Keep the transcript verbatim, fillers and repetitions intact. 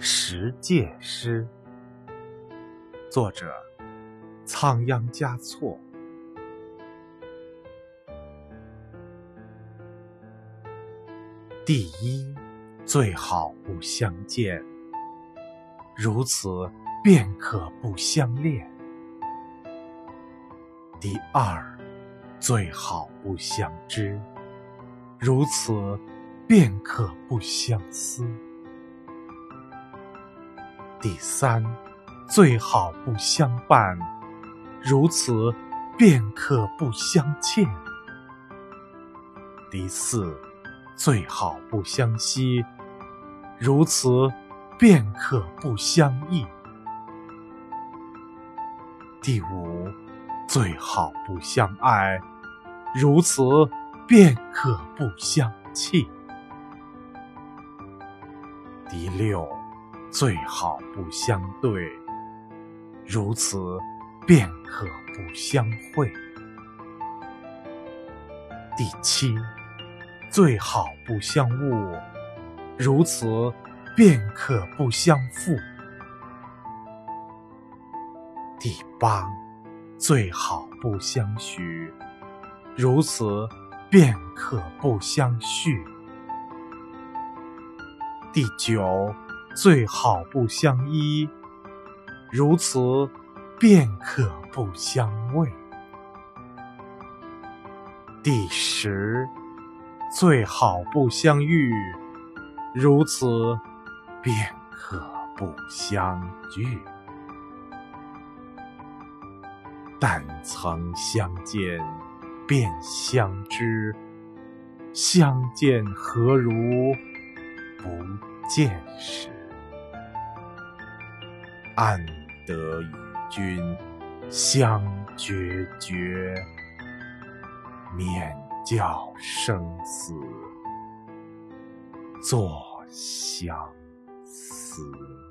十戒诗，作者仓央嘉措。第一，最好不相见，如此便可不相恋。第二，最好不相知，如此便可不相思。第三，最好不相伴，如此便可不相欠。第四，最好不相惜，如此便可不相忆。第五，最好不相爱，如此便可不相弃。第六，最好不相对，如此便可不相会。第七，最好不相误，如此便可不相负。第八，最好不相许，如此便可不相续。第九，最好不相依，如此便可不相慰。第十，最好不相遇，如此便可不相聚。但曾相见便相知，相见何如不见时。安得与君相决绝，免教生死作相思。